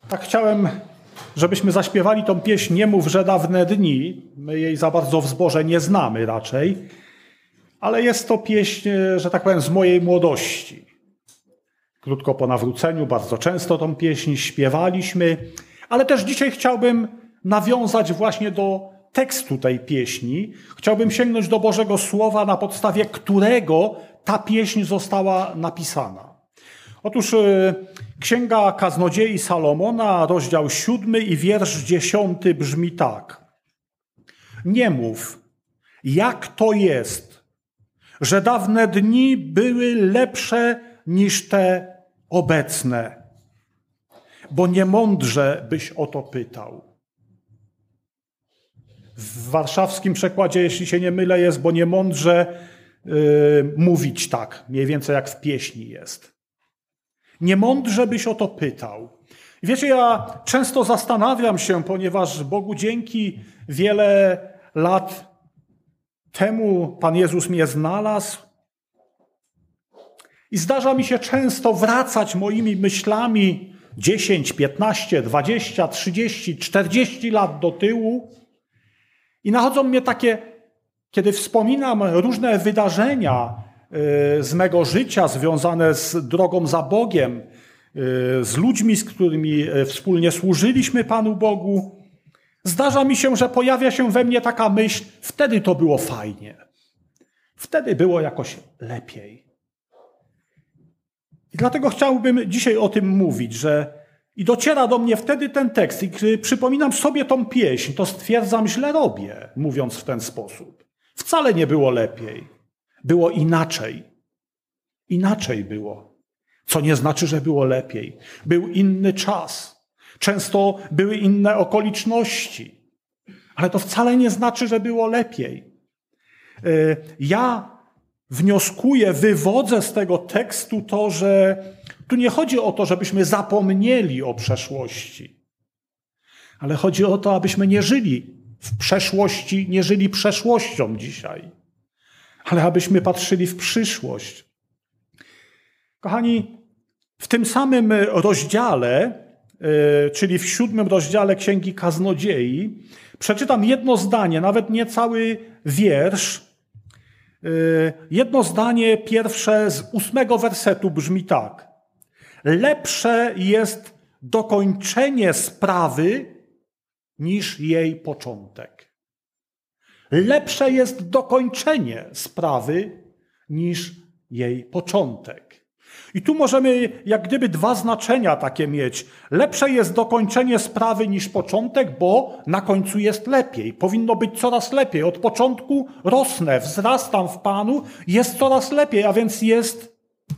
Tak chciałem, żebyśmy zaśpiewali tą pieśń Nie mów, że dawne dni. My jej za bardzo w zborze nie znamy raczej, ale jest to pieśń, że tak powiem, z mojej młodości. Krótko po nawróceniu bardzo często tą pieśń śpiewaliśmy, ale też dzisiaj chciałbym nawiązać właśnie do tekstu tej pieśni. Chciałbym sięgnąć do Bożego Słowa, na podstawie którego ta pieśń została napisana. Otóż Księga Kaznodziei Salomona, rozdział 7 i wiersz 10 brzmi tak. Nie mów, jak to jest, że dawne dni były lepsze niż te obecne, bo niemądrze byś o to pytał. W warszawskim przekładzie, jeśli się nie mylę, jest, bo niemądrze mówić tak, mniej więcej jak w pieśni jest. Niemądrze byś o to pytał. Wiecie, ja często zastanawiam się, ponieważ Bogu dzięki wiele lat temu Pan Jezus mnie znalazł i zdarza mi się często wracać moimi myślami 10, 15, 20, 30, 40 lat do tyłu i nachodzą mnie takie, kiedy wspominam różne wydarzenia z mego życia związane z drogą za Bogiem, z ludźmi, z którymi wspólnie służyliśmy Panu Bogu, zdarza mi się, że pojawia się we mnie taka myśl, wtedy to było fajnie. Wtedy było jakoś lepiej. I dlatego chciałbym dzisiaj o tym mówić, że i dociera do mnie wtedy ten tekst i gdy przypominam sobie tą pieśń, to stwierdzam, źle robię, mówiąc w ten sposób. Wcale nie było lepiej. Było inaczej. Inaczej było. Co nie znaczy, że było lepiej. Był inny czas. Często były inne okoliczności. Ale to wcale nie znaczy, że było lepiej. Ja wnioskuję, wywodzę z tego tekstu to, że tu nie chodzi o to, żebyśmy zapomnieli o przeszłości. Ale chodzi o to, abyśmy nie żyli w przeszłości, nie żyli przeszłością dzisiaj. Ale abyśmy patrzyli w przyszłość. Kochani, w tym samym rozdziale, czyli w 7 rozdziale Księgi Kaznodziei, przeczytam jedno zdanie, nawet nie cały wiersz. Jedno zdanie pierwsze z 8 wersetu brzmi tak. Lepsze jest dokończenie sprawy niż jej początek. Lepsze jest dokończenie sprawy niż jej początek. I tu możemy jak gdyby dwa znaczenia takie mieć. Lepsze jest dokończenie sprawy niż początek, bo na końcu jest lepiej. Powinno być coraz lepiej. Od początku rosnę, wzrastam w Panu, jest coraz lepiej, a więc jest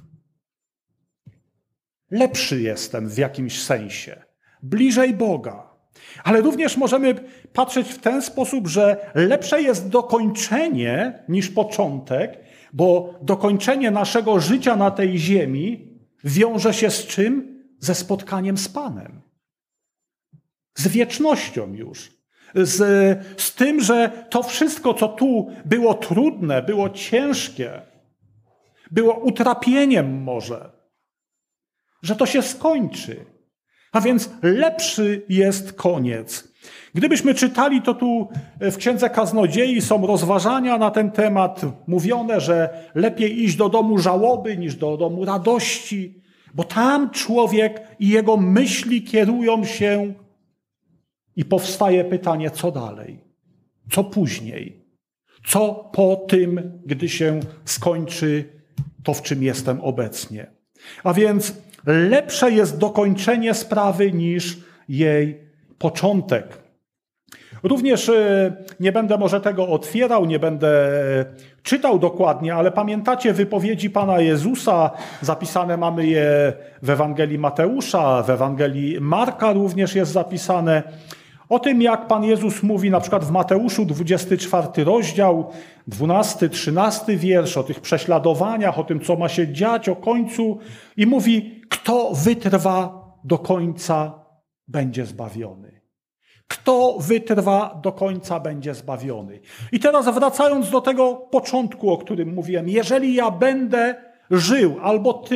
lepszy jestem w jakimś sensie. Bliżej Boga. Ale również możemy patrzeć w ten sposób, że lepsze jest dokończenie niż początek, bo dokończenie naszego życia na tej ziemi wiąże się z czym? Ze spotkaniem z Panem. Z wiecznością już. Z tym, że to wszystko, co tu było trudne, było ciężkie, było utrapieniem może, że to się skończy. A więc lepszy jest koniec. Gdybyśmy czytali, to tu w Księdze Kaznodziei są rozważania na ten temat, mówione, że lepiej iść do domu żałoby niż do domu radości, bo tam człowiek i jego myśli kierują się i powstaje pytanie, co dalej? Co później? Co po tym, gdy się skończy to, w czym jestem obecnie? A więc lepsze jest dokończenie sprawy niż jej początek. Również nie będę może tego otwierał, nie będę czytał dokładnie, ale pamiętacie wypowiedzi Pana Jezusa, zapisane mamy je w Ewangelii Mateusza, w Ewangelii Marka również jest zapisane, o tym jak Pan Jezus mówi na przykład w Mateuszu 24 rozdział, 12, 13 wiersz, o tych prześladowaniach, o tym co ma się dziać, o końcu i mówi, kto wytrwa do końca będzie zbawiony. Kto wytrwa do końca będzie zbawiony. I teraz wracając do tego początku, o którym mówiłem, jeżeli ja będę żył, albo ty,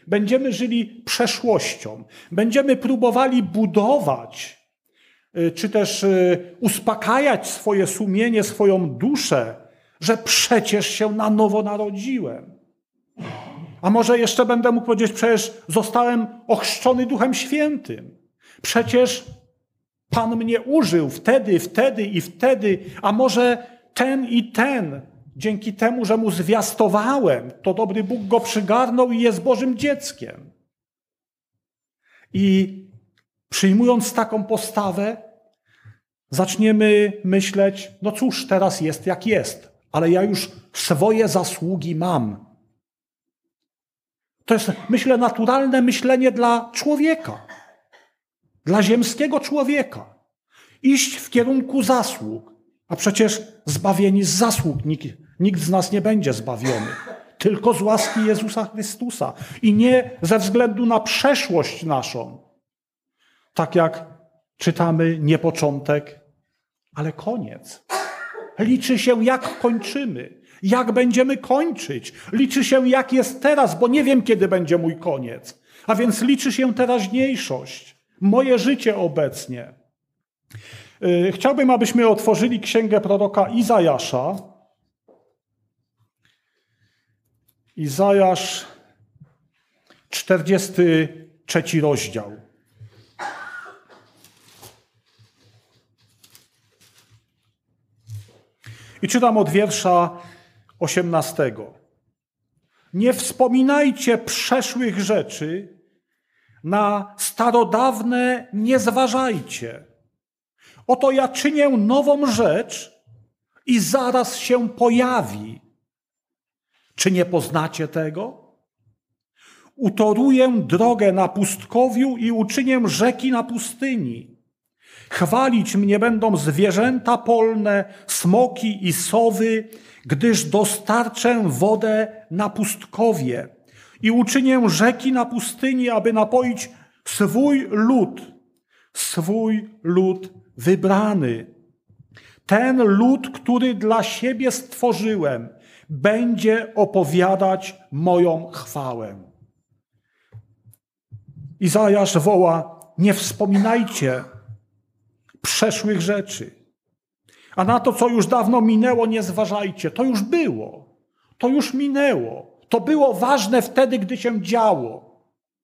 będziemy żyli przeszłością, będziemy próbowali budować, czy też uspokajać swoje sumienie, swoją duszę, że przecież się na nowo narodziłem. A może jeszcze będę mógł powiedzieć, przecież zostałem ochrzczony Duchem Świętym. Przecież Pan mnie użył wtedy i wtedy, a może ten i ten, dzięki temu, że mu zwiastowałem, to dobry Bóg go przygarnął i jest Bożym dzieckiem. I przyjmując taką postawę, zaczniemy myśleć, no cóż, teraz jest jak jest, ale ja już swoje zasługi mam. To jest, myślę, naturalne myślenie dla człowieka, dla ziemskiego człowieka. Iść w kierunku zasług, a przecież zbawieni z zasług nikt z nas nie będzie zbawiony. Tylko z łaski Jezusa Chrystusa i nie ze względu na przeszłość naszą. Tak jak czytamy, nie początek, ale koniec. Liczy się, jak kończymy, jak będziemy kończyć. Liczy się, jak jest teraz, bo nie wiem, kiedy będzie mój koniec. A więc liczy się teraźniejszość, moje życie obecnie. Chciałbym, abyśmy otworzyli księgę proroka Izajasza. Izajasz, 43 rozdział. I czytam od wiersza 18. Nie wspominajcie przeszłych rzeczy, na starodawne nie zważajcie. Oto ja czynię nową rzecz i zaraz się pojawi. Czy nie poznacie tego? Utoruję drogę na pustkowiu i uczynię rzeki na pustyni. Chwalić mnie będą zwierzęta polne, smoki i sowy, gdyż dostarczę wodę na pustkowie i uczynię rzeki na pustyni, aby napoić swój lud wybrany. Ten lud, który dla siebie stworzyłem, będzie opowiadać moją chwałę. Izajasz woła, nie wspominajcie przeszłych rzeczy. A na to, co już dawno minęło, nie zważajcie. To już było. To już minęło. To było ważne wtedy, gdy się działo.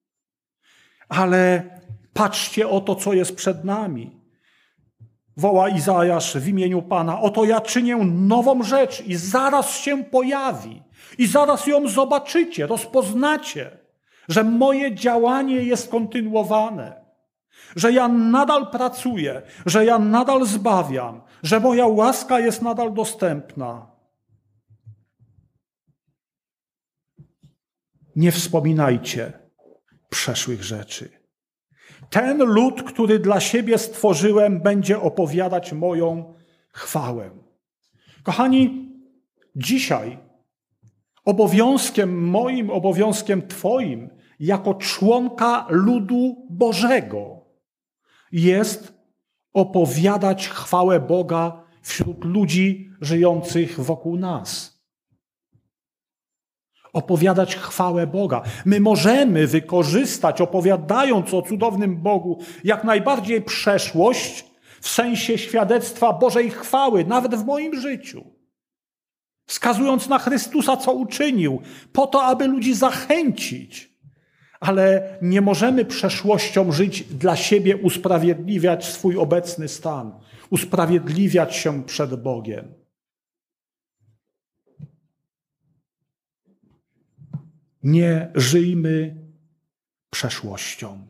Ale patrzcie o to, co jest przed nami. Woła Izajasz w imieniu Pana. Oto ja czynię nową rzecz i zaraz się pojawi. I zaraz ją zobaczycie, rozpoznacie, że moje działanie jest kontynuowane. Że ja nadal pracuję, że ja nadal zbawiam, że moja łaska jest nadal dostępna. Nie wspominajcie przeszłych rzeczy. Ten lud, który dla siebie stworzyłem, będzie opowiadać moją chwałę. Kochani, dzisiaj moim obowiązkiem Twoim, jako członka ludu Bożego, jest opowiadać chwałę Boga wśród ludzi żyjących wokół nas. Opowiadać chwałę Boga. My możemy wykorzystać, opowiadając o cudownym Bogu, jak najbardziej przeszłość w sensie świadectwa Bożej chwały, nawet w moim życiu. Wskazując na Chrystusa, co uczynił, po to, aby ludzi zachęcić. Ale nie możemy przeszłością żyć dla siebie, usprawiedliwiać swój obecny stan, usprawiedliwiać się przed Bogiem. Nie żyjmy przeszłością.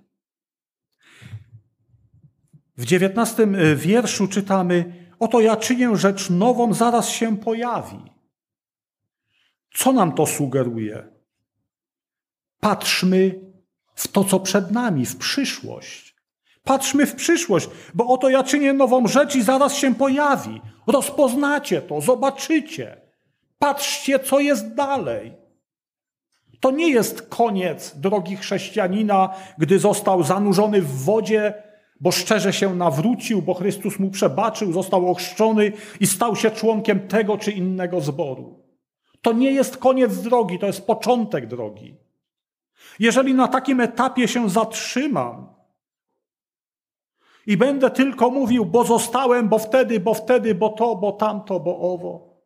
W 19 wierszu czytamy, oto ja czynię rzecz nową, zaraz się pojawi. Co nam to sugeruje? Patrzmy w to, co przed nami, w przyszłość. Patrzmy w przyszłość, bo oto ja czynię nową rzecz i zaraz się pojawi. Rozpoznacie to, zobaczycie. Patrzcie, co jest dalej. To nie jest koniec drogi chrześcijanina, gdy został zanurzony w wodzie, bo szczerze się nawrócił, bo Chrystus mu przebaczył, został ochrzczony i stał się członkiem tego czy innego zboru. To nie jest koniec drogi, to jest początek drogi. Jeżeli na takim etapie się zatrzymam i będę tylko mówił, bo zostałem, bo wtedy, bo to, bo tamto, bo owo.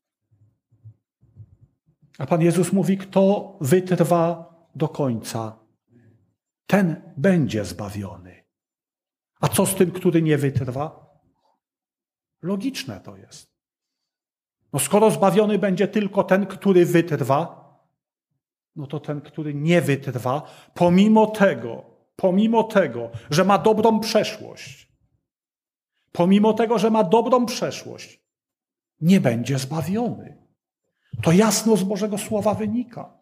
A Pan Jezus mówi, kto wytrwa do końca, ten będzie zbawiony. A co z tym, który nie wytrwa? Logiczne to jest. No skoro zbawiony będzie tylko ten, który wytrwa, no to ten, który nie wytrwa, pomimo tego, że ma dobrą przeszłość, nie będzie zbawiony. To jasno z Bożego Słowa wynika.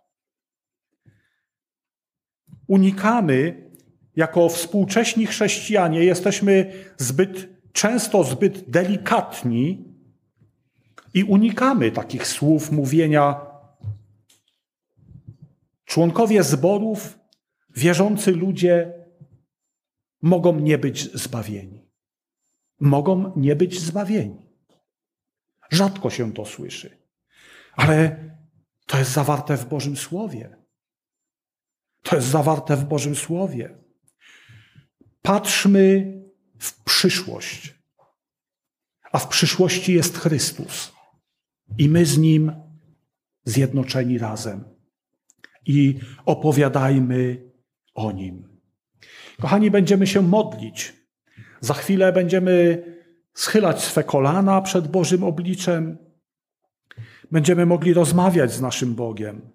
Unikamy, jako współcześni chrześcijanie, jesteśmy często zbyt delikatni i unikamy takich słów mówienia. Członkowie zborów, wierzący ludzie mogą nie być zbawieni. Mogą nie być zbawieni. Rzadko się to słyszy, ale to jest zawarte w Bożym Słowie. To jest zawarte w Bożym Słowie. Patrzmy w przyszłość, a w przyszłości jest Chrystus i my z Nim zjednoczeni razem. I opowiadajmy o Nim. Kochani, będziemy się modlić. Za chwilę będziemy schylać swe kolana przed Bożym obliczem. Będziemy mogli rozmawiać z naszym Bogiem.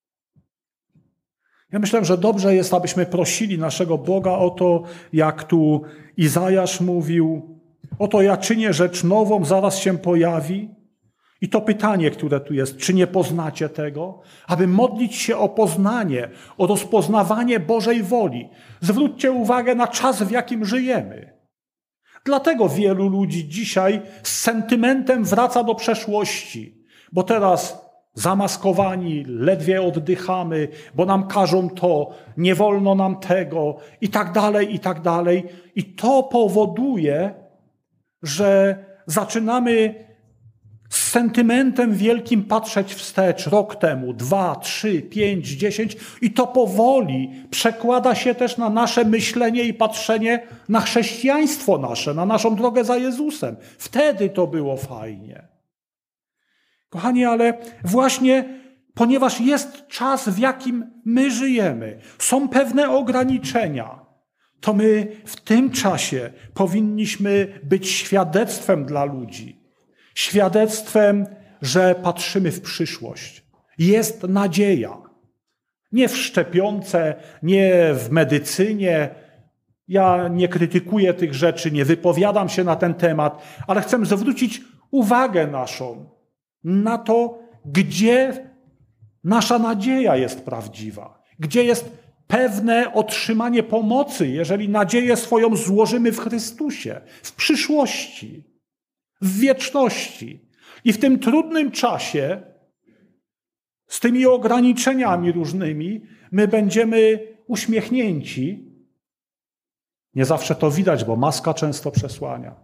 Ja myślę, że dobrze jest, abyśmy prosili naszego Boga o to, jak tu Izajasz mówił, oto ja czynię rzecz nową, zaraz się pojawi. I to pytanie, które tu jest, czy nie poznacie tego? Aby modlić się o poznanie, o rozpoznawanie Bożej woli. Zwróćcie uwagę na czas, w jakim żyjemy. Dlatego wielu ludzi dzisiaj z sentymentem wraca do przeszłości, bo teraz zamaskowani, ledwie oddychamy, bo nam każą to, nie wolno nam tego i tak dalej, i tak dalej. I to powoduje, że zaczynamy z sentymentem wielkim patrzeć wstecz rok temu, 2, 3, 5, 10 i to powoli przekłada się też na nasze myślenie i patrzenie na chrześcijaństwo nasze, na naszą drogę za Jezusem. Wtedy to było fajnie. Kochani, ale właśnie ponieważ jest czas, w jakim my żyjemy, są pewne ograniczenia, to my w tym czasie powinniśmy być świadectwem dla ludzi. Świadectwem, że patrzymy w przyszłość. Jest nadzieja. Nie w szczepionce, nie w medycynie. Ja nie krytykuję tych rzeczy, nie wypowiadam się na ten temat, ale chcę zwrócić uwagę naszą na to, gdzie nasza nadzieja jest prawdziwa. Gdzie jest pewne otrzymanie pomocy, jeżeli nadzieję swoją złożymy w Chrystusie, w przyszłości. W wieczności. I w tym trudnym czasie, z tymi ograniczeniami różnymi, my będziemy uśmiechnięci. Nie zawsze to widać, bo maska często przesłania.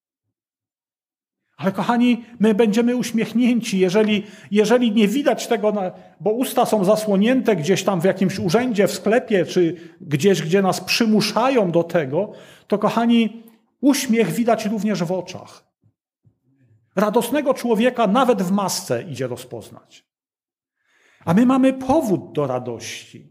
Ale kochani, my będziemy uśmiechnięci, jeżeli nie widać tego, bo usta są zasłonięte gdzieś tam w jakimś urzędzie, w sklepie, czy gdzieś, gdzie nas przymuszają do tego, to kochani, uśmiech widać również w oczach. Radosnego człowieka nawet w masce idzie rozpoznać. A my mamy powód do radości.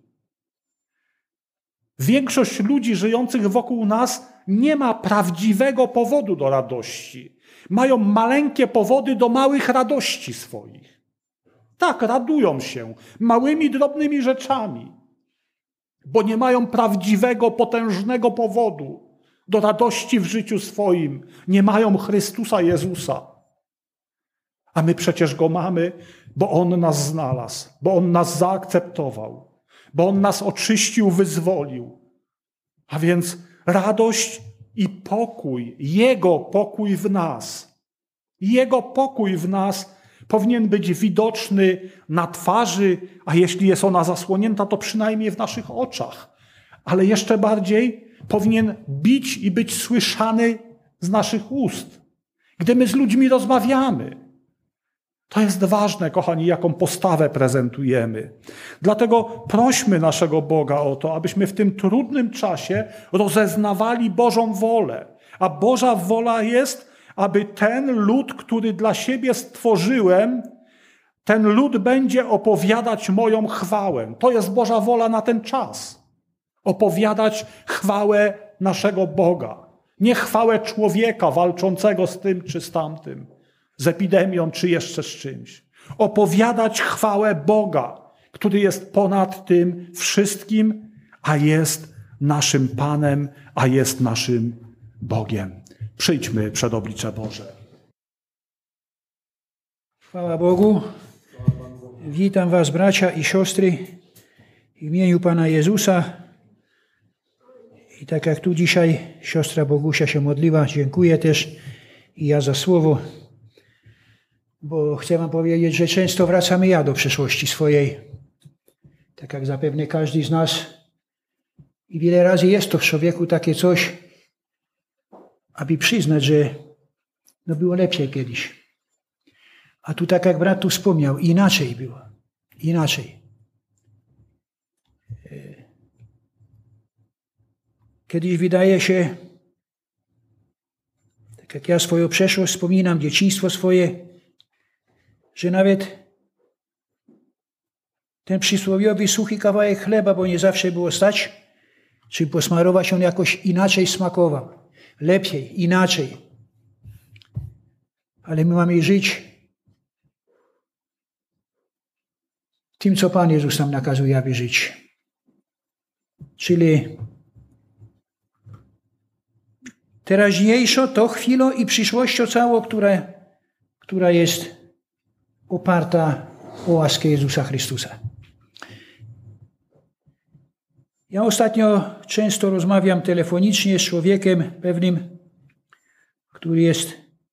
Większość ludzi żyjących wokół nas nie ma prawdziwego powodu do radości. Mają maleńkie powody do małych radości swoich. Tak, radują się małymi, drobnymi rzeczami, bo nie mają prawdziwego, potężnego powodu do radości w życiu swoim. Nie mają Chrystusa Jezusa. A my przecież Go mamy, bo On nas znalazł, bo On nas zaakceptował, bo On nas oczyścił, wyzwolił. A więc radość i pokój, Jego pokój w nas powinien być widoczny na twarzy, a jeśli jest ona zasłonięta, to przynajmniej w naszych oczach. Ale jeszcze bardziej powinien bić i być słyszany z naszych ust, gdy my z ludźmi rozmawiamy. To jest ważne, kochani, jaką postawę prezentujemy. Dlatego prośmy naszego Boga o to, abyśmy w tym trudnym czasie rozeznawali Bożą wolę. A Boża wola jest, aby ten lud, który dla siebie stworzyłem, ten lud będzie opowiadać moją chwałę. To jest Boża wola na ten czas. Opowiadać chwałę naszego Boga. Nie chwałę człowieka walczącego z tym czy z tamtym, z epidemią czy jeszcze z czymś. Opowiadać chwałę Boga, który jest ponad tym wszystkim, a jest naszym Panem, a jest naszym Bogiem. Przyjdźmy przed oblicze Boże. Chwała Bogu. Witam was, bracia i siostry, w imieniu Pana Jezusa. I tak jak tu dzisiaj siostra Bogusia się modliła, dziękuję też i ja za słowo, bo chcę wam powiedzieć, że często wracamy do przeszłości swojej, tak jak zapewne każdy z nas. I wiele razy jest to w człowieku takie coś, aby przyznać, że było lepiej kiedyś. A tu tak jak brat tu wspomniał, inaczej było. Inaczej. Kiedyś wydaje się, tak jak ja swoją przeszłość wspominam, dzieciństwo swoje, że nawet ten przysłowiowy suchy kawałek chleba, bo nie zawsze było stać, czy posmarować, on jakoś inaczej smakował. Lepiej, inaczej. Ale my mamy żyć tym, co Pan Jezus nam nakazuje, aby żyć. Czyli teraźniejszo, to chwilą i przyszłością całą, która jest oparta o łaskę Jezusa Chrystusa. Ja ostatnio często rozmawiam telefonicznie z człowiekiem pewnym, który jest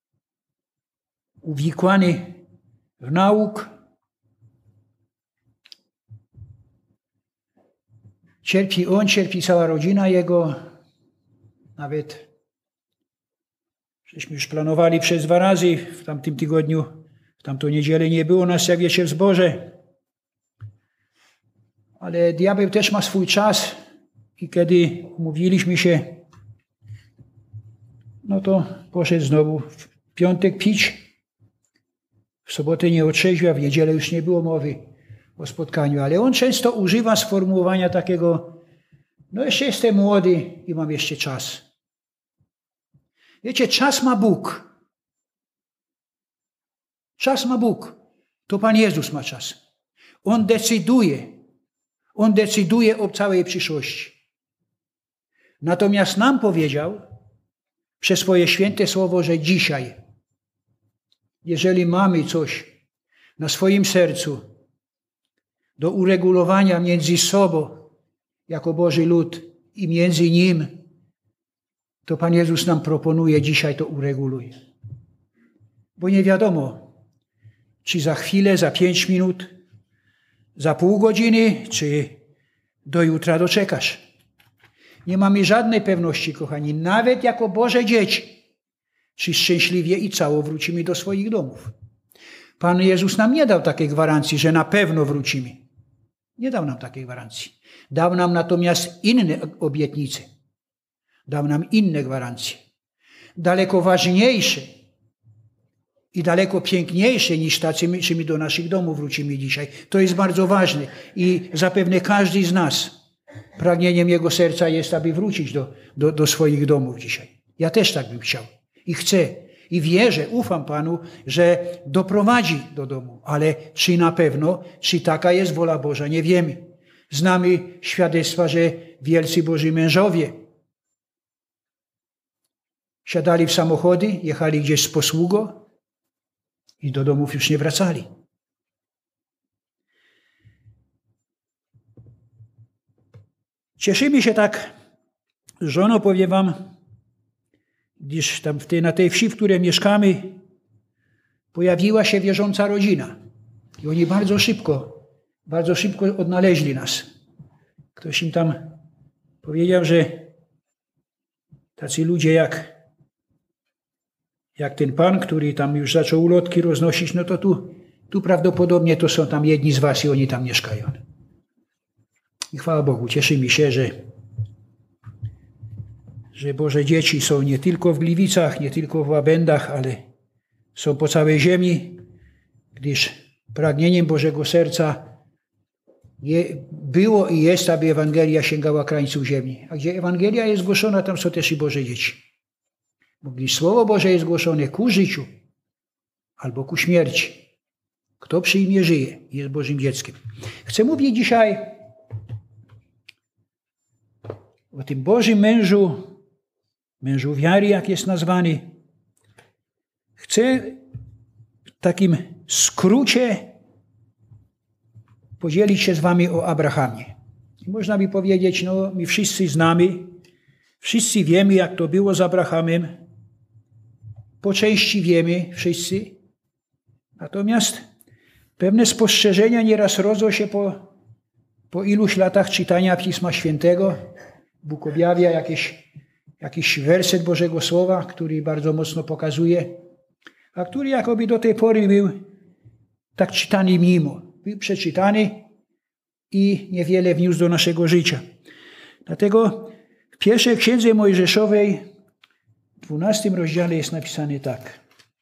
uwikłany w nauk. Cierpi on, cierpi cała rodzina jego. Nawet żeśmy już planowali przez 2 razy w tamtym tygodniu, w tamtą niedzielę nie było nas, jak wiecie, w zborze. Ale diabeł też ma swój czas i kiedy umówiliśmy się, no to poszedł znowu w piątek pić. W sobotę nie otrzeźwiał, w niedzielę już nie było mowy o spotkaniu, ale on często używa sformułowania takiego, no jeszcze jestem młody i mam jeszcze czas. Wiecie, czas ma Bóg. Czas ma Bóg. To Pan Jezus ma czas. On decyduje. On decyduje o całej przyszłości. Natomiast nam powiedział przez swoje święte słowo, że dzisiaj, jeżeli mamy coś na swoim sercu do uregulowania między sobą jako Boży lud i między Nim, to Pan Jezus nam proponuje dzisiaj to ureguluj. Bo nie wiadomo, czy za chwilę, za 5 minut, za pół godziny, czy do jutra doczekasz. Nie mamy żadnej pewności, kochani, nawet jako Boże dzieci, czy szczęśliwie i cało wrócimy do swoich domów. Pan Jezus nam nie dał takiej gwarancji, że na pewno wrócimy. Nie dał nam takiej gwarancji. Dał nam natomiast inne obietnice. Dał nam inne gwarancje. Daleko ważniejsze i daleko piękniejsze niż tacy, czy my do naszych domów wrócimy dzisiaj. To jest bardzo ważne i zapewne każdy z nas pragnieniem jego serca jest, aby wrócić do swoich domów dzisiaj. Ja też tak bym chciał i chcę i wierzę, ufam Panu, że doprowadzi do domu. Ale czy na pewno, czy taka jest wola Boża, nie wiemy. Znamy świadectwa, że wielcy Boży mężowie siadali w samochody, jechali gdzieś z posługą i do domów już nie wracali. Cieszymy się tak, żono, powiem wam, gdyż tam na tej wsi, w której mieszkamy, pojawiła się wierząca rodzina. I oni bardzo szybko odnaleźli nas. Ktoś im tam powiedział, że tacy ludzie jak ten pan, który tam już zaczął ulotki roznosić, no to tu Tu prawdopodobnie to są tam jedni z was i oni tam mieszkają. I chwała Bogu, cieszymy się, że Boże dzieci są nie tylko w Gliwicach, nie tylko w Łabędach, ale są po całej ziemi, gdyż pragnieniem Bożego serca było i jest, aby Ewangelia sięgała krańców ziemi. A gdzie Ewangelia jest głoszona, tam są też i Boże dzieci. Bo gdyż Słowo Boże jest głoszone ku życiu albo ku śmierci, kto przyjmie, żyje i jest Bożym dzieckiem. Chcę mówić dzisiaj o tym Bożym mężu wiary, jak jest nazwany. Chcę w takim skrócie podzielić się z wami o Abrahamie. Można by powiedzieć, no my wszyscy znamy, wszyscy wiemy, jak to było z Abrahamem. Po części wiemy wszyscy. Natomiast pewne spostrzeżenia nieraz rodzą się po iluś latach czytania Pisma Świętego. Bóg objawia jakiś werset Bożego Słowa, który bardzo mocno pokazuje, a który jakoby do tej pory był tak czytany mimo. Był przeczytany i niewiele wniósł do naszego życia. Dlatego w pierwszej Księdze Mojżeszowej, w 12 rozdziale jest napisane tak.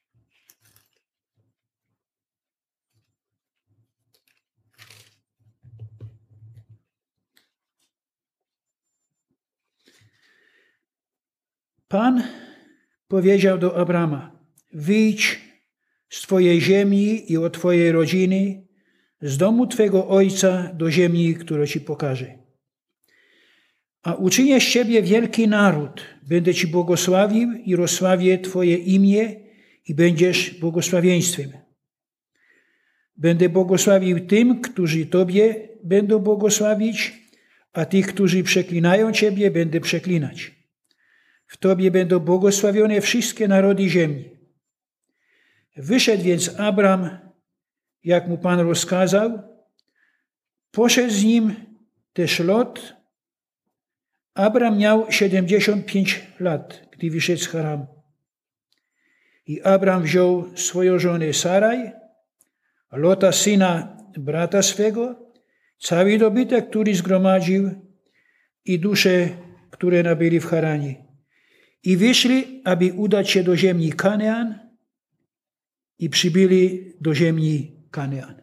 Pan powiedział do Abrama: wyjdź z twojej ziemi i od twojej rodziny, z domu twego ojca do ziemi, którą ci pokażę. A uczynię z ciebie wielki naród, będę ci błogosławił i rozsławię twoje imię i będziesz błogosławieństwem. Będę błogosławił tym, którzy tobie będą błogosławić, a tych, którzy przeklinają ciebie, będę przeklinać. W tobie będą błogosławione wszystkie narody ziemi. Wyszedł więc Abram, jak mu Pan rozkazał. Poszedł z nim też Lot. Abram miał 75 lat, gdy wyszedł z Haramu. I Abram wziął swoją żonę Saraj, Lota syna brata swego, cały dobytek, który zgromadził i dusze, które nabyli w Haranie. I wyszli, aby udać się do ziemi Kanean i przybyli do ziemi Kanean.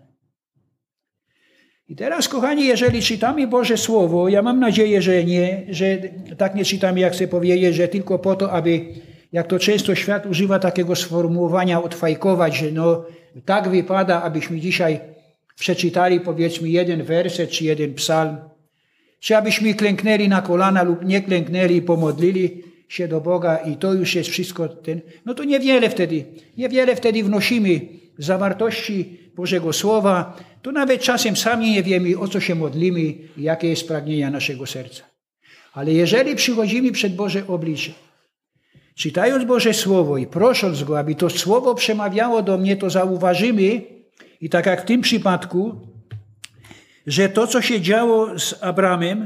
I teraz, kochani, jeżeli czytamy Boże Słowo, ja mam nadzieję, że tak nie czytamy, jak chcę powiedzieć, że tylko po to, aby, jak to często świat używa takiego sformułowania, odfajkować, że no tak wypada, abyśmy dzisiaj przeczytali, powiedzmy, jeden werset czy jeden psalm, czy abyśmy klęknęli na kolana lub nie klęknęli i pomodlili się do Boga i to już jest wszystko no to niewiele wtedy wnosimy zawartości Bożego Słowa, to nawet czasem sami nie wiemy, o co się modlimy i jakie jest pragnienia naszego serca. Ale jeżeli przychodzimy przed Boże oblicze, czytając Boże Słowo i prosząc Go, aby to Słowo przemawiało do mnie, to zauważymy, i tak jak w tym przypadku, że to, co się działo z Abramem,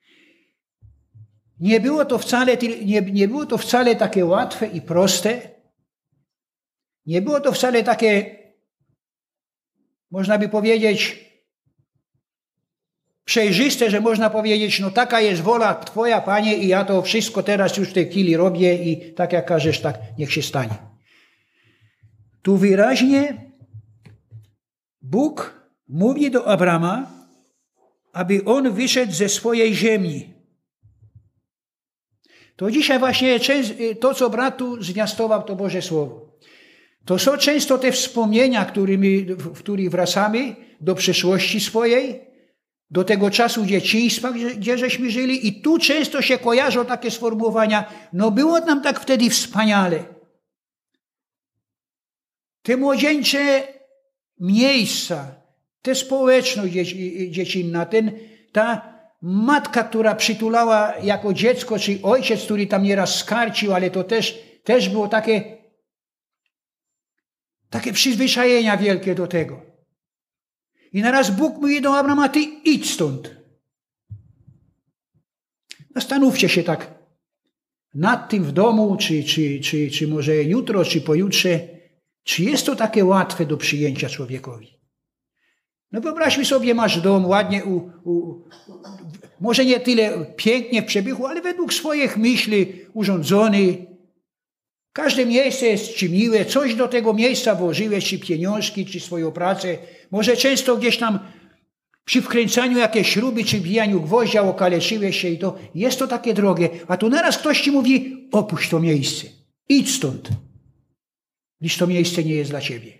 nie było to wcale takie łatwe i proste. Nie było to wcale takie, można by powiedzieć, przejrzyste, że można powiedzieć, no taka jest wola Twoja, Panie, i ja to wszystko teraz już w tej chwili robię i tak jak każesz, tak niech się stanie. Tu wyraźnie Bóg mówi do Abrama, aby on wyszedł ze swojej ziemi. To dzisiaj właśnie to, co brat tu zwiastował, to Boże Słowo. To są często te wspomnienia, w których wracamy do przeszłości swojej, do tego czasu dzieciństwa, gdzie żeśmy żyli, i tu często się kojarzą takie sformułowania, no było nam tak wtedy wspaniale. Te młodzieńcze miejsca, ta społeczność dziecinna, ta matka, która przytulała jako dziecko, czy ojciec, który tam nieraz skarcił, ale to też było takie przyzwyczajenia wielkie do tego. I naraz Bóg mówi do Abrama, ty idź stąd. Zastanówcie się tak nad tym w domu, czy może jutro, czy pojutrze, Czy jest to takie łatwe do przyjęcia człowiekowi? No wyobraźmy sobie, masz dom ładnie, może nie tyle pięknie w przebiegu, ale według swoich myśli urządzony. Każde miejsce jest ci miłe, coś do tego miejsca włożyłeś, czy pieniążki, czy swoją pracę. Może często gdzieś tam przy wkręcaniu jakieś śruby, czy wbijaniu gwoździa okaleczyłeś się i to jest to takie drogie. A tu naraz ktoś ci mówi, opuść to miejsce, idź stąd, gdyż to miejsce nie jest dla ciebie.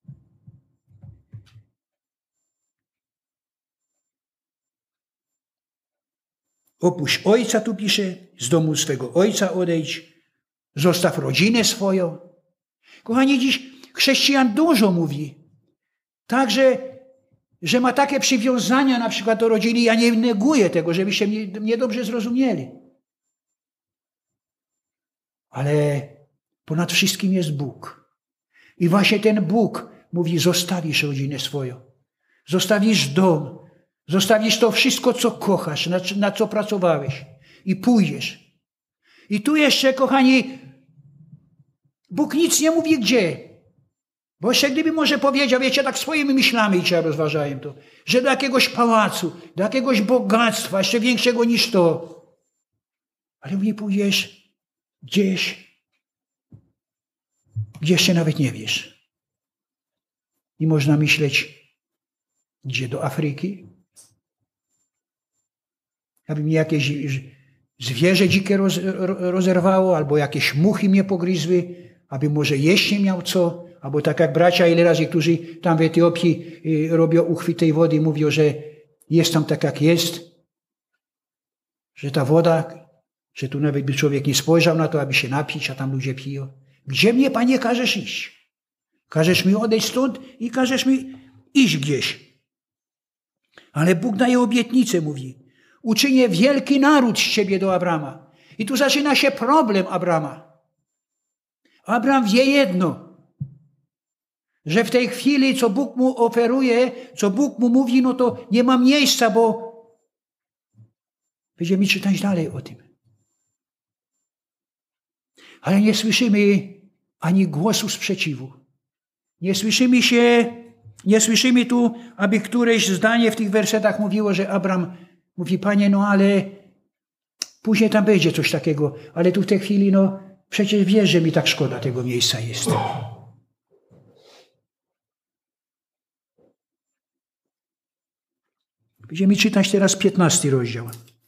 Opuść ojca, tu pisze, z domu swego ojca odejdź, zostaw rodzinę swoją. Kochani, dziś chrześcijan dużo mówi. Także, że ma takie przywiązania na przykład do rodziny. Ja nie neguję tego, żebyście mnie dobrze zrozumieli. Ale ponad wszystkim jest Bóg. I właśnie ten Bóg mówi, zostawisz rodzinę swoją. Zostawisz dom. Zostawisz to wszystko, co kochasz, na co pracowałeś. I pójdziesz. I tu jeszcze, kochani, Bóg nic nie mówi gdzie. Bo jeszcze gdyby może powiedział, wiecie, tak swoimi myślami cię rozważałem to, że do jakiegoś pałacu, do jakiegoś bogactwa, jeszcze większego niż to. Ale nie pójdziesz gdzieś, gdzie jeszcze nawet nie wiesz. I można myśleć, gdzie do Afryki? Aby mnie jakieś zwierzę dzikie rozerwało, albo jakieś muchy mnie pogryzły, aby może jeść nie miał co, albo tak jak bracia ile razy, którzy tam w Etiopii robią uchwyt tej wody i mówią, że jest tam tak jak jest, że ta woda, że tu nawet by człowiek nie spojrzał na to, aby się napić, a tam ludzie piją. Gdzie mnie, Panie, każesz iść? Każesz mi odejść stąd i każesz mi iść gdzieś. Ale Bóg daje obietnicę, mówi, uczynię wielki naród z ciebie do Abrama. I tu zaczyna się problem Abrama. Abraham wie jedno, że w tej chwili, co Bóg mu oferuje, co Bóg mu mówi, no to nie ma miejsca, bo będziemy czytać dalej o tym. Ale nie słyszymy ani głosu sprzeciwu. Nie słyszymy tu, aby któreś zdanie w tych wersetach mówiło, że Abraham mówi, Panie, no ale później tam będzie coś takiego, ale tu w tej chwili, no przecież wiesz, że mi tak szkoda tego miejsca jest. Będziemy czytać teraz 15 rozdział.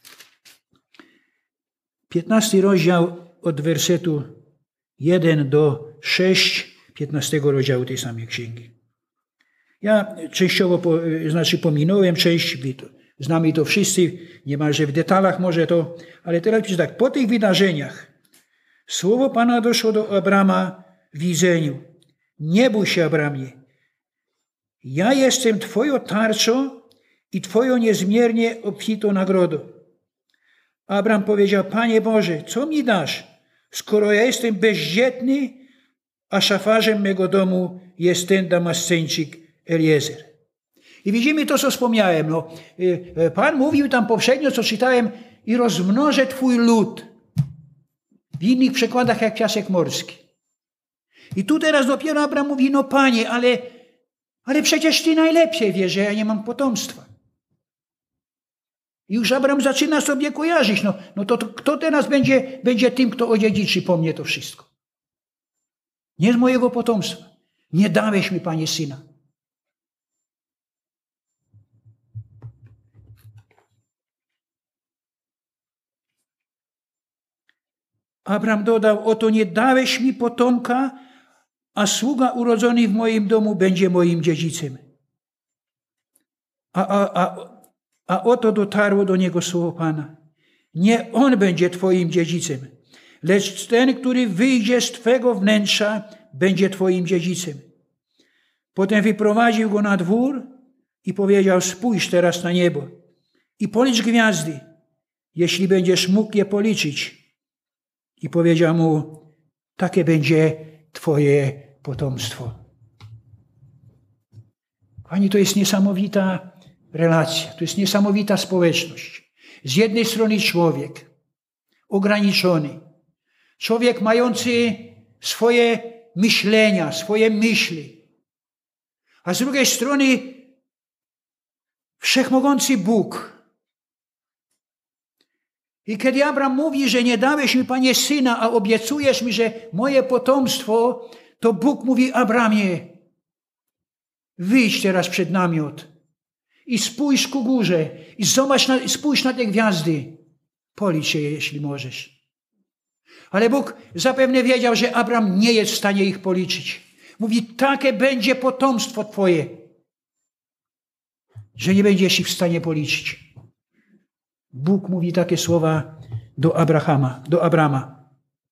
15 rozdział od wersetu 1 do 6, 15 rozdziału tej samej księgi. Ja częściowo pominąłem część, znamy to wszyscy, niemalże w detalach może to, ale teraz pisze tak, po tych wydarzeniach słowo Pana doszło do Abrama w widzeniu. Nie bój się, Abramie, ja jestem Twoją tarczą i Twoją niezmiernie obfitą nagrodą. Abram powiedział, Panie Boże, co mi dasz, skoro ja jestem bezdzietny, a szafarzem mego domu jest ten Damasceńczyk Eliezer. I widzimy to, co wspomniałem. No, Pan mówił tam poprzednio, co czytałem, i rozmnożę Twój lud. W innych przekładach jak piasek morski. I tu teraz dopiero Abram mówi, no Panie, ale przecież Ty najlepiej wiesz, że ja nie mam potomstwa. I już Abram zaczyna sobie kojarzyć, no to kto teraz będzie tym, kto odziedziczy po mnie to wszystko? Nie z mojego potomstwa. Nie dałeś mi, Panie, syna. Abram dodał, oto nie dałeś mi potomka, a sługa urodzony w moim domu będzie moim dziedzicem. A oto dotarło do niego słowo Pana. Nie on będzie Twoim dziedzicem, lecz ten, który wyjdzie z Twego wnętrza, będzie Twoim dziedzicem. Potem wyprowadził go na dwór i powiedział, spójrz teraz na niebo i policz gwiazdy, jeśli będziesz mógł je policzyć. I powiedział mu, takie będzie Twoje potomstwo. Pani, to jest niesamowita relacja, to jest niesamowita społeczność. Z jednej strony człowiek ograniczony, człowiek mający swoje myślenia, swoje myśli. A z drugiej strony wszechmogący Bóg. I kiedy Abraham mówi, że nie dałeś mi, Panie, syna, a obiecujesz mi, że moje potomstwo, to Bóg mówi: Abramie, wyjdź teraz przed namiot i spójrz ku górze i spójrz na te gwiazdy. Policz się, jeśli możesz. Ale Bóg zapewne wiedział, że Abraham nie jest w stanie ich policzyć. Mówi: takie będzie potomstwo twoje, że nie będziesz ich w stanie policzyć. Bóg mówi takie słowa do Abrama.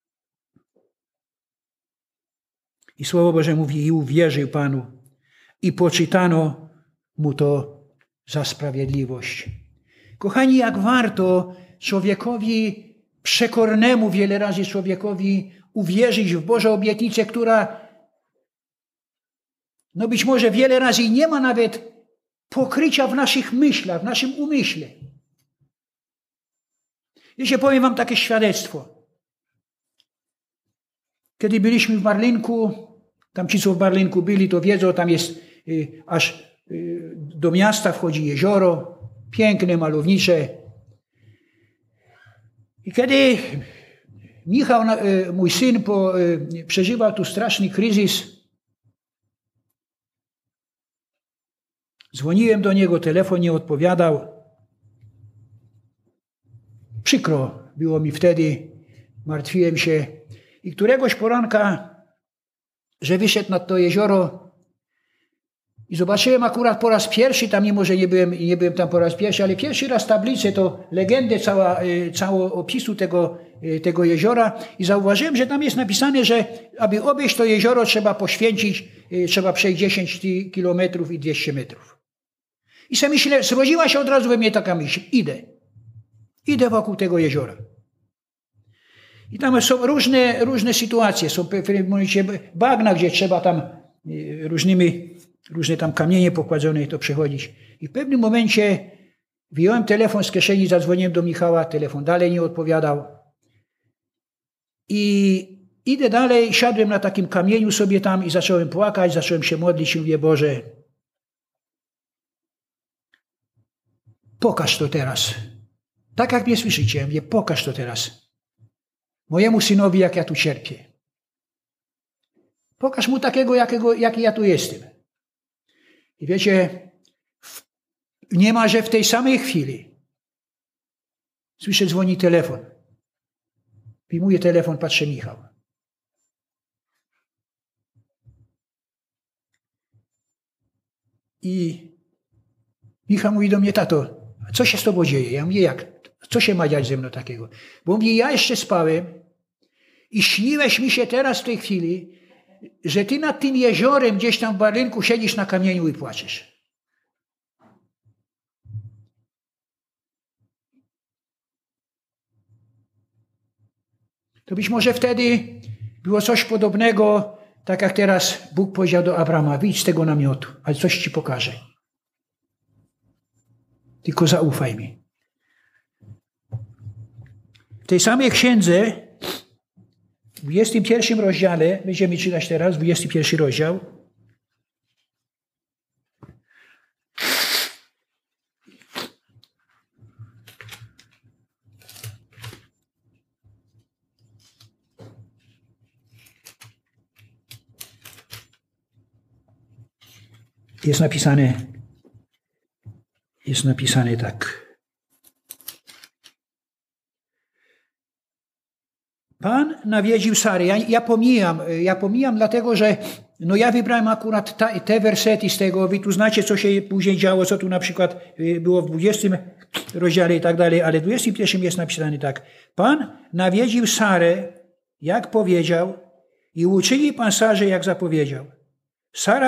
I Słowo Boże mówi: i uwierzył Panu i poczytano mu to za sprawiedliwość. Kochani, jak warto człowiekowi przekornemu, wiele razy człowiekowi, uwierzyć w Bożą obietnicę, która być może wiele razy nie ma nawet pokrycia w naszych myślach, w naszym umyśle. Jeśli powiem wam takie świadectwo. Kiedy byliśmy w Barlinku, tam ci, co w Barlinku byli, to wiedzą, tam jest aż do miasta wchodzi jezioro, piękne, malownicze. I kiedy Michał, mój syn, przeżywał tu straszny kryzys, dzwoniłem do niego, telefon nie odpowiadał. Przykro było mi wtedy, martwiłem się. I któregoś poranka, że wyszedł nad to jezioro i zobaczyłem akurat po raz pierwszy, tam mimo, że nie byłem tam po raz pierwszy, ale pierwszy raz tablicę, to legendę całą opisu tego jeziora i zauważyłem, że tam jest napisane, że aby obejść to jezioro trzeba poświęcić, trzeba przejść 10 kilometrów i 200 metrów. I sobie myślę, zrodziła się od razu we mnie taka myśl: idę wokół tego jeziora. I tam są różne sytuacje. Są w pewnym momencie bagna, gdzie trzeba tam różne tam kamienie pokładzone to przechodzić. I w pewnym momencie wyjąłem telefon z kieszeni, zadzwoniłem do Michała, telefon dalej nie odpowiadał. I idę dalej, siadłem na takim kamieniu sobie tam i zacząłem płakać, zacząłem się modlić i mówię: Boże, pokaż to teraz. Tak jak mnie słyszycie, mówię: pokaż to teraz mojemu synowi, jak ja tu cierpię. Pokaż mu takiego, jaki ja tu jestem. I wiecie, niemalże w tej samej chwili słyszę, dzwoni telefon. Wyjmuję telefon, patrzę: Michał. I Michał mówi do mnie: tato, co się z tobą dzieje? Ja mówię: jak? Co się ma dziać ze mną takiego? Bo mówi: ja jeszcze spałem i śniłeś mi się teraz w tej chwili, że ty nad tym jeziorem gdzieś tam w Barlinku siedzisz na kamieniu i płaczesz. To być może wtedy było coś podobnego, tak jak teraz Bóg powiedział do Abrama: wyjdź z tego namiotu, ale coś ci pokażę. Tylko zaufaj mi. W tej samej księdze, w 21 rozdziale, będziemy czytać teraz, 21 rozdział. Jest napisane tak. Pan nawiedził Sary. Ja pomijam dlatego, że ja wybrałem akurat te wersety z tego. Wy tu znacie, co się później działo, co tu na przykład było w 20 rozdziale i tak dalej, ale w 21 jest napisane tak. Pan nawiedził Sarę, jak powiedział, i uczynił Pan Sarze, jak zapowiedział. Sara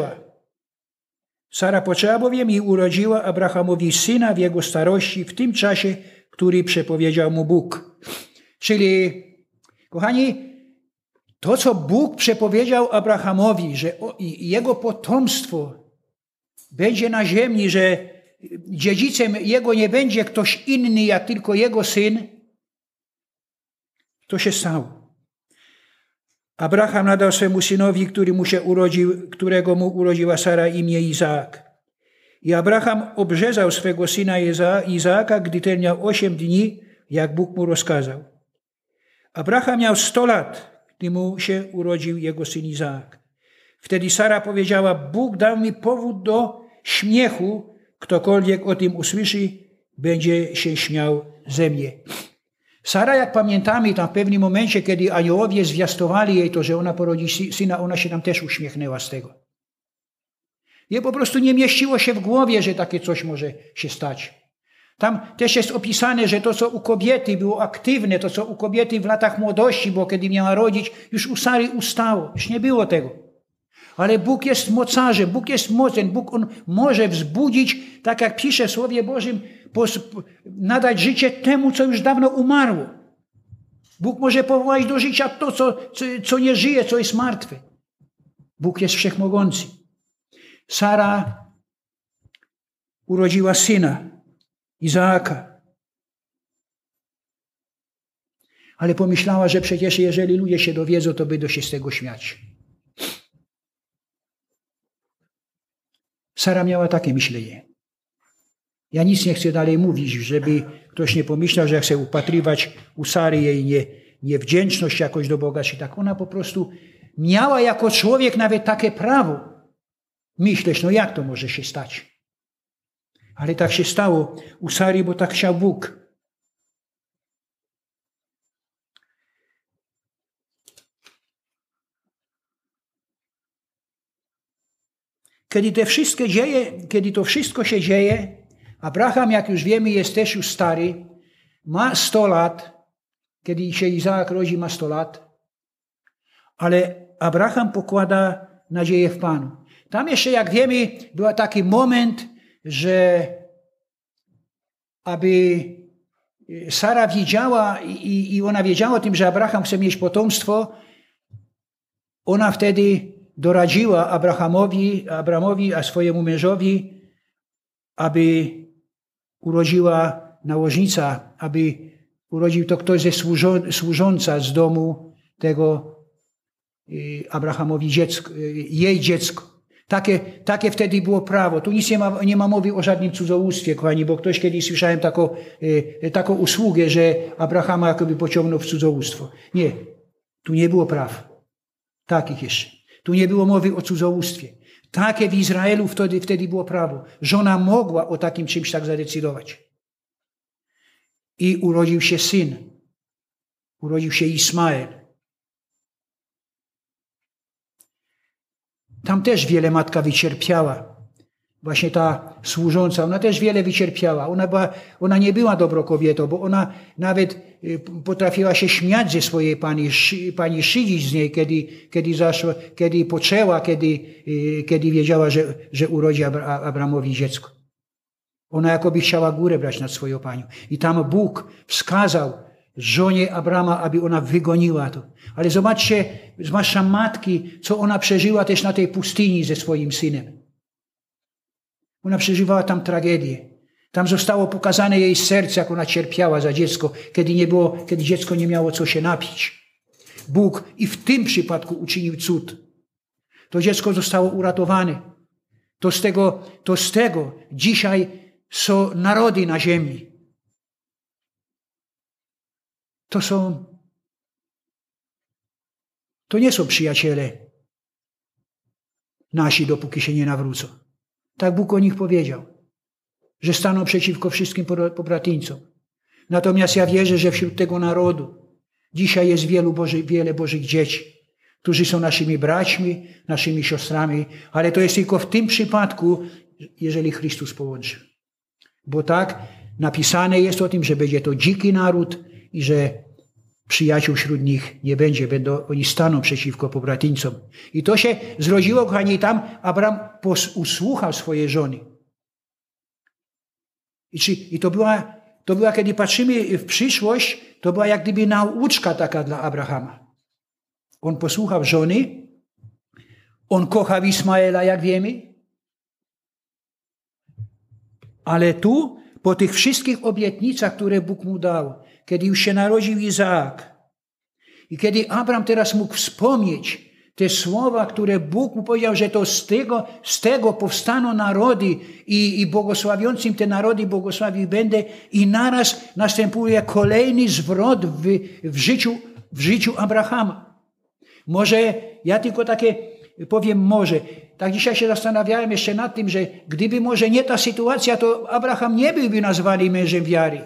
poczęła bowiem i urodziła Abrahamowi syna w jego starości, w tym czasie, który przepowiedział mu Bóg. Czyli, kochani, to, co Bóg przepowiedział Abrahamowi, że jego potomstwo będzie na ziemi, że dziedzicem jego nie będzie ktoś inny, jak tylko jego syn, to się stało. Abraham nadał swemu synowi, którego mu urodziła Sara, imię Izaak. I Abraham obrzezał swego syna Izaaka, gdy ten miał 8 dni, jak Bóg mu rozkazał. Abraham miał 100 lat, gdy mu się urodził jego syn Izaak. Wtedy Sara powiedziała: Bóg dał mi powód do śmiechu, ktokolwiek o tym usłyszy, będzie się śmiał ze mnie. Sara, jak pamiętamy, tam w pewnym momencie, kiedy aniołowie zwiastowali jej to, że ona porodzi syna, ona się tam też uśmiechnęła z tego. Jej po prostu nie mieściło się w głowie, że takie coś może się stać. Tam też jest opisane, że to, co u kobiety było aktywne, to, co u kobiety w latach młodości, bo kiedy miała rodzić, już u Sary ustało. Już nie było tego. Ale Bóg jest mocarzem, Bóg jest mocen, Bóg On może wzbudzić, tak jak pisze w Słowie Bożym, nadać życie temu, co już dawno umarło. Bóg może powołać do życia to, co nie żyje, co jest martwe. Bóg jest wszechmogący. Sara urodziła syna, Izaaka. Ale pomyślała, że przecież jeżeli ludzie się dowiedzą, to będą się z tego śmiać. Sara miała takie myślenie. Ja nic nie chcę dalej mówić, żeby ktoś nie pomyślał, że ja chcę upatrywać u Sary jej niewdzięczność jakoś do Boga, czy tak. Ona po prostu miała jako człowiek nawet takie prawo myśleć, no jak to może się stać? Ale tak się stało u Sary, bo tak chciał Bóg. Kiedy to wszystko się dzieje, Abraham, jak już wiemy, jest też już stary, ma 100 lat, kiedy się Izaak rodzi, ma 100 lat, ale Abraham pokłada nadzieję w Panu. Tam jeszcze, jak wiemy, był taki moment, że aby Sara wiedziała i ona wiedziała o tym, że Abraham chce mieć potomstwo, ona wtedy doradziła Abramowi, a swojemu mężowi, aby urodziła nałożnica, aby urodził to ktoś ze służąca z domu tego Abrahamowi jej dziecko. Takie wtedy było prawo. Tu nic nie ma mowy o żadnym cudzołóstwie, kochani, bo ktoś kiedyś słyszałem taką usługę, że Abrahama jakoby pociągnął w cudzołóstwo. Nie, tu nie było praw. Takich jeszcze. Tu nie było mowy o cudzołóstwie. Takie w Izraelu wtedy było prawo. Żona mogła o takim czymś tak zadecydować. I urodził się syn. Urodził się Ismael. Tam też wiele matka wycierpiała. Właśnie ta służąca, ona też wiele wycierpiała. Ona nie była dobrą kobietą, bo ona nawet potrafiła się śmiać ze swojej pani, szydzić z niej, kiedy poczęła, kiedy wiedziała, że urodzi Abramowi dziecko. Ona jakoby chciała górę brać nad swoją panią. I tam Bóg wskazał żonie Abrama, aby ona wygoniła to. Ale zobaczcie, zwłaszcza matki, co ona przeżyła też na tej pustyni ze swoim synem. Ona przeżywała tam tragedię. Tam zostało pokazane jej serce, jak ona cierpiała za dziecko, kiedy dziecko nie miało co się napić. Bóg i w tym przypadku uczynił cud. To dziecko zostało uratowane. To z tego dzisiaj są narody na ziemi. To nie są przyjaciele nasi, dopóki się nie nawrócą. Tak Bóg o nich powiedział, że staną przeciwko wszystkim pobratyńcom. Natomiast ja wierzę, że wśród tego narodu dzisiaj jest wiele Bożych dzieci, którzy są naszymi braćmi, naszymi siostrami, ale to jest tylko w tym przypadku, jeżeli Chrystus połączy. Bo tak napisane jest o tym, że będzie to dziki naród i że przyjaciół wśród nich nie będzie. Oni staną przeciwko pobratyńcom. I to się zrodziło, kochani, tam Abraham usłuchał swojej żony. I to była, kiedy patrzymy w przyszłość, to była jak gdyby nauczka taka dla Abrahama. On posłuchał żony, on kochał Ismaela, jak wiemy, ale tu, po tych wszystkich obietnicach, które Bóg mu dał, kiedy już się narodził Izaak I kiedy Abraham teraz mógł wspomnieć te słowa, które Bóg mu powiedział, że to z tego powstaną narody i błogosławiącym te narody błogosławił będę, i naraz następuje kolejny zwrot w życiu Abrahama. Może, ja tylko takie powiem może, tak dzisiaj się zastanawiałem jeszcze nad tym, że gdyby może nie ta sytuacja, to Abraham nie byłby nazwany mężem wiary.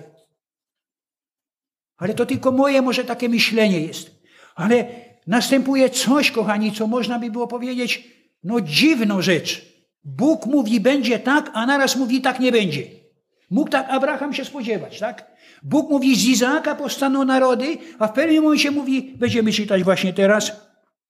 Ale to tylko moje może takie myślenie jest. Ale następuje coś, kochani, co można by było powiedzieć, no dziwną rzecz. Bóg mówi, będzie tak, a naraz mówi, tak nie będzie. Mógł tak Abraham się spodziewać, tak? Bóg mówi, z Izaaka powstaną narody, a w pewnym momencie mówi, będziemy czytać właśnie teraz,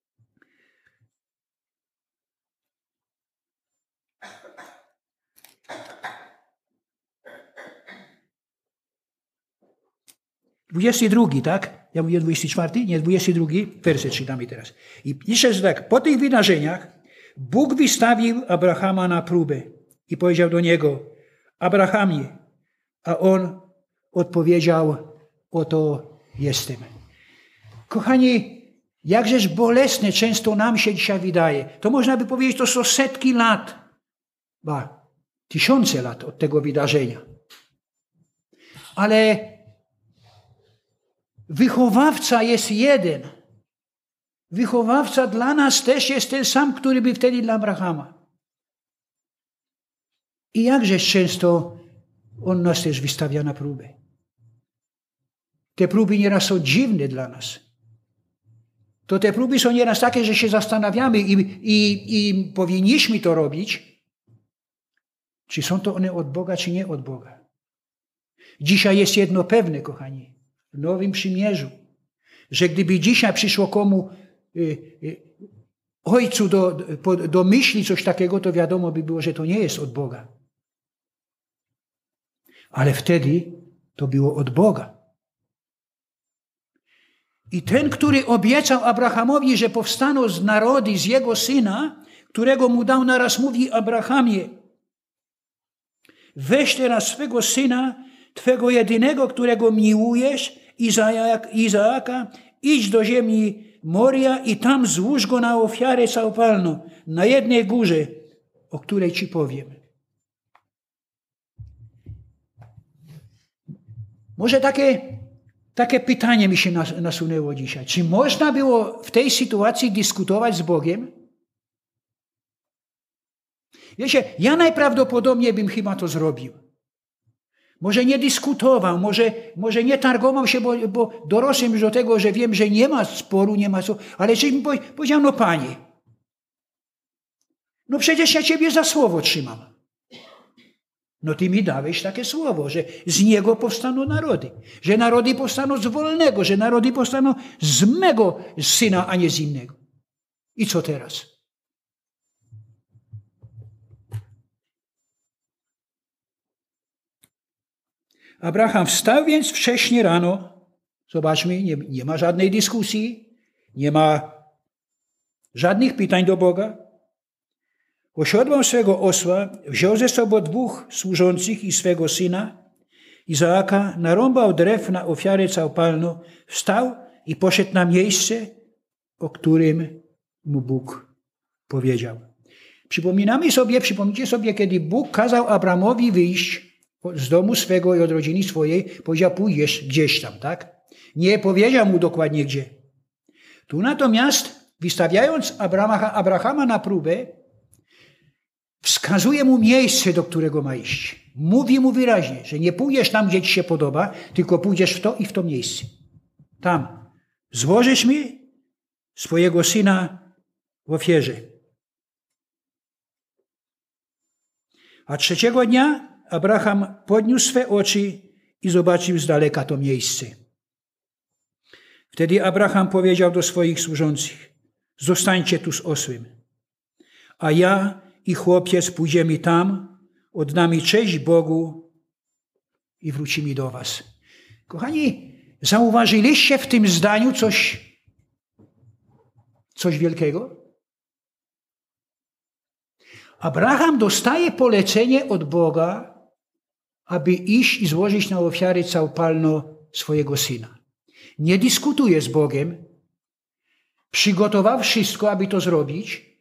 (22), tak? Ja mówię 24, nie, 22 werset czytamy teraz. I pisze, że tak, po tych wydarzeniach Bóg wystawił Abrahama na próbę i powiedział do niego, Abrahamie, a on odpowiedział, oto jestem. Kochani, jakżeż bolesne często nam się dzisiaj wydaje. To można by powiedzieć, to są setki lat, tysiące lat od tego wydarzenia. Ale wychowawca jest jeden. Wychowawca dla nas też jest ten sam, który był wtedy dla Abrahama. I jakżeż często on nas też wystawia na próbę. Te próby nieraz są dziwne dla nas. To te próby są nieraz takie, że się zastanawiamy i powinniśmy to robić, czy są to one od Boga, czy nie od Boga. Dzisiaj jest jedno pewne, kochani, w Nowym Przymierzu, że gdyby dzisiaj przyszło komu ojcu do myśli coś takiego, to wiadomo by było, że to nie jest od Boga. Ale wtedy to było od Boga. I ten, który obiecał Abrahamowi, że powstaną z narody z jego syna, którego mu dał, naraz mówi Abrahamie, weź teraz swego syna, twego jedynego, którego miłujesz, Izaaka, idź do ziemi Moria i tam złóż go na ofiarę całopalną, na jednej górze, o której ci powiem. Może takie pytanie mi się nasunęło dzisiaj. Czy można było w tej sytuacji dyskutować z Bogiem? Wiecie, ja najprawdopodobniej bym chyba to zrobił. Może nie dyskutował, może nie targował się, bo dorosłem już do tego, że wiem, że nie ma sporu, nie ma co, ale czy mi powiedział, no Panie, no przecież ja Ciebie za słowo trzymam. No Ty mi dałeś takie słowo, że z niego powstaną narody, że narody powstaną z wolnego, że narody powstaną z mego syna, a nie z innego. I co teraz? Abraham wstał więc wcześnie rano. Zobaczmy, nie ma żadnej dyskusji, nie ma żadnych pytań do Boga. Osiodłał swego osła, wziął ze sobą 2 służących i swego syna, Izaaka, narąbał drew na ofiarę całopalną, wstał i poszedł na miejsce, o którym mu Bóg powiedział. Przypomnijcie sobie, kiedy Bóg kazał Abramowi wyjść z domu swego i od rodziny swojej, powiedział, pójdziesz gdzieś tam, tak? Nie powiedział mu dokładnie gdzie. Tu natomiast, wystawiając Abrahama na próbę, wskazuje mu miejsce, do którego ma iść. Mówi mu wyraźnie, że nie pójdziesz tam, gdzie ci się podoba, tylko pójdziesz w to i w to miejsce. Tam złożysz mi swojego syna w ofierze. A 3 dnia Abraham podniósł swe oczy i zobaczył z daleka to miejsce. Wtedy Abraham powiedział do swoich służących, zostańcie tu z osłem, a ja i chłopiec pójdziemy tam, oddamy cześć Bogu i wrócimy do was. Kochani, zauważyliście w tym zdaniu coś wielkiego? Abraham dostaje polecenie od Boga, aby iść i złożyć na ofiarę całopalną swojego syna. Nie dyskutuje z Bogiem, przygotował wszystko, aby to zrobić.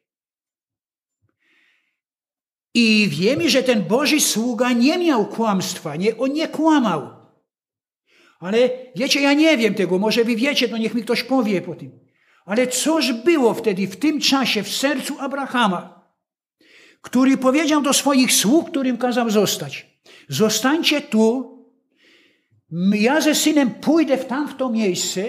I wiemy, że ten Boży sługa nie miał kłamstwa, on nie kłamał. Ale wiecie, ja nie wiem tego, może wy wiecie, to niech mi ktoś powie po tym. Ale coż było wtedy, w tym czasie, w sercu Abrahama, który powiedział do swoich sług, którym kazał zostać: zostańcie tu, ja ze synem pójdę w to miejsce,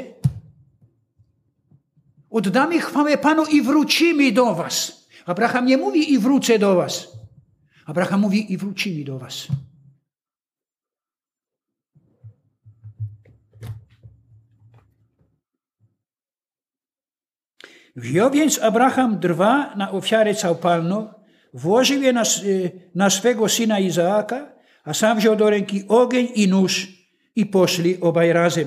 oddamy chwałę Panu i wrócimy do was. Abraham nie mówi i wrócę do was. Abraham mówi i wrócimy do was. Wziął więc Abraham drwa na ofiarę całopalną, włożył je na swego syna Izaaka, a sam wziął do ręki ogień i nóż i poszli obaj razem.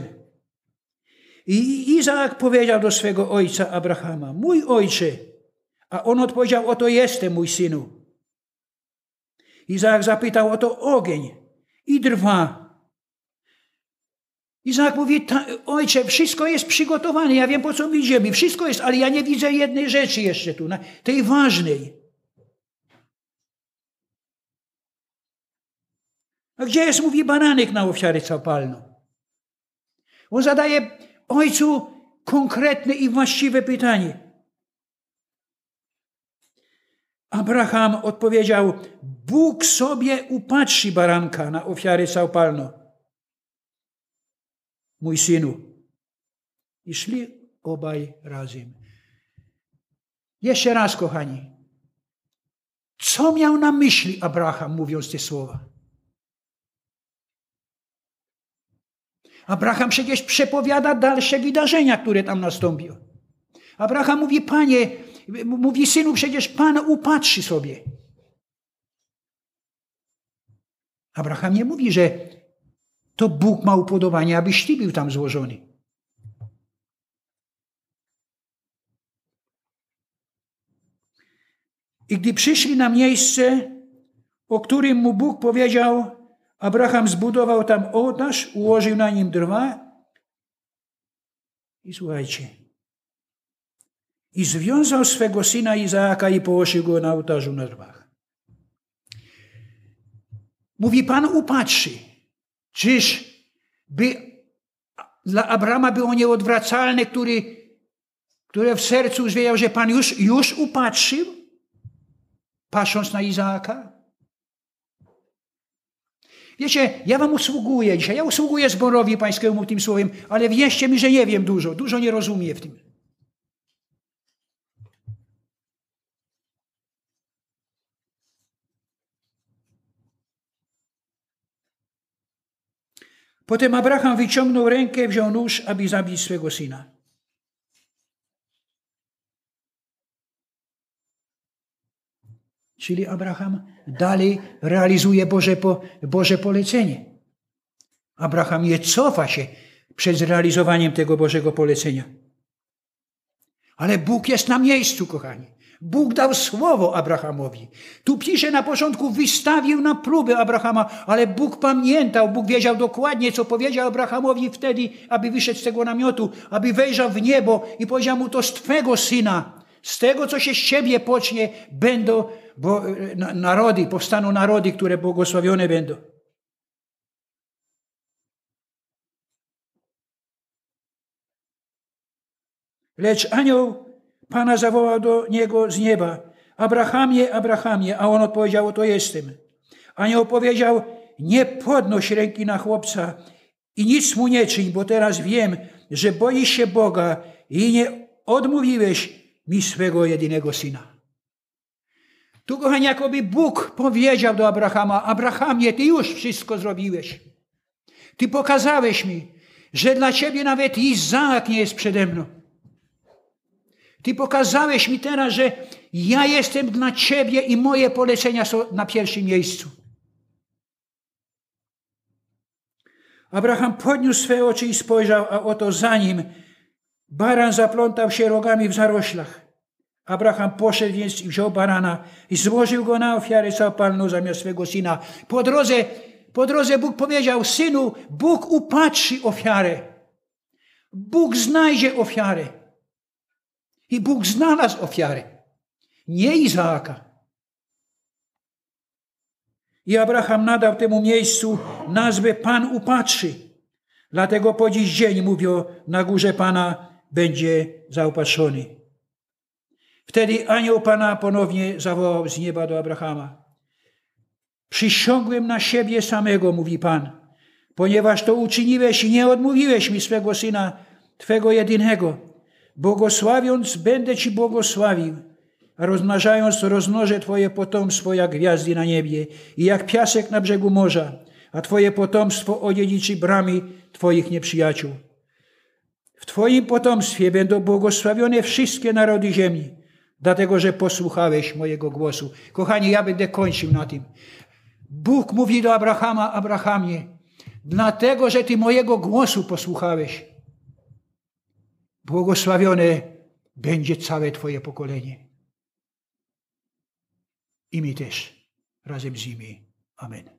I Izaak powiedział do swego ojca Abrahama: mój ojcze. A on odpowiedział: oto jestem, mój synu. Izaak zapytał: oto ogień i drwa. Izaak mówi: ojcze, wszystko jest przygotowane, ja wiem, po co my idziemy, wszystko jest, ale ja nie widzę jednej rzeczy jeszcze tu, tej ważnej. A gdzie jest, mówi, baranek na ofiarę całopalną? On zadaje ojcu konkretne i właściwe pytanie. Abraham odpowiedział: Bóg sobie upatrzy baranka na ofiarę całopalną, mój synu. I szli obaj razem. Jeszcze raz, kochani. Co miał na myśli Abraham, mówiąc te słowa? Abraham przecież przepowiada dalsze wydarzenia, które tam nastąpią. Abraham mówi: Panie, mówi: synu, przecież Pan upatrzy sobie. Abraham nie mówi, że to Bóg ma upodobanie, abyś ty był tam złożony. I gdy przyszli na miejsce, o którym mu Bóg powiedział, Abraham zbudował tam ołtarz, ułożył na nim drwa i słuchajcie, i związał swego syna Izaaka i położył go na ołtarzu na drwach. Mówi: Pan upatrzy. Czyż dla Abrama było nieodwracalne, które w sercu zwijał, że Pan już upatrzył, patrząc na Izaaka? Wiecie, ja wam usługuję dzisiaj. Ja usługuję zborowi pańskiemu tym słowem, ale wierzcie mi, że nie wiem dużo nie rozumiem w tym. Potem Abraham wyciągnął rękę, wziął nóż, aby zabić swego syna. Czyli Abraham dalej realizuje Boże polecenie. Abraham nie cofa się przed realizowaniem tego Bożego polecenia. Ale Bóg jest na miejscu, kochani. Bóg dał słowo Abrahamowi. Tu pisze na początku: wystawił na próbę Abrahama, ale Bóg pamiętał, Bóg wiedział dokładnie, co powiedział Abrahamowi wtedy, aby wyszedł z tego namiotu, aby wejrzał w niebo i powiedział mu: to z twego syna, z tego, co się z ciebie pocznie, będą powstaną narody, które błogosławione będą. Lecz anioł Pana zawołał do niego z nieba: Abrahamie, Abrahamie, a on odpowiedział: oto jestem. Anioł powiedział: nie podnoś ręki na chłopca i nic mu nie czyń, bo teraz wiem, że boisz się Boga i nie odmówiłeś mi swego jedynego syna. Tu, kochani, jakoby Bóg powiedział do Abrahama: Abrahamie, ty już wszystko zrobiłeś. Ty pokazałeś mi, że dla ciebie nawet Izaak nie jest przede mną. Ty pokazałeś mi teraz, że ja jestem dla ciebie i moje polecenia są na pierwszym miejscu. Abraham podniósł swe oczy i spojrzał, a oto za nim baran zaplątał się rogami w zaroślach. Abraham poszedł więc i wziął barana i złożył go na ofiarę całopalną zamiast swego syna. Po drodze Bóg powiedział: synu, Bóg upatrzy ofiarę. Bóg znajdzie ofiarę. I Bóg znalazł ofiarę. Nie Izaaka. I Abraham nadał temu miejscu nazwę Pan upatrzy. Dlatego po dziś dzień mówią, na górze Pana będzie zaopatrzony. Wtedy anioł Pana ponownie zawołał z nieba do Abrahama. Przysiągłem na siebie samego, mówi Pan, ponieważ to uczyniłeś i nie odmówiłeś mi swego Syna, Twego jedynego. Błogosławiąc, będę Ci błogosławił, a rozmnażając, rozmnożę Twoje potomstwo jak gwiazdy na niebie i jak piasek na brzegu morza, a Twoje potomstwo odziedziczy bramy Twoich nieprzyjaciół. W Twoim potomstwie będą błogosławione wszystkie narody ziemi, dlatego że posłuchałeś mojego głosu. Kochani, ja będę kończył na tym. Bóg mówi do Abrahama: Abrahamie, dlatego że Ty mojego głosu posłuchałeś, błogosławione będzie całe Twoje pokolenie. I my też razem z nimi. Amen.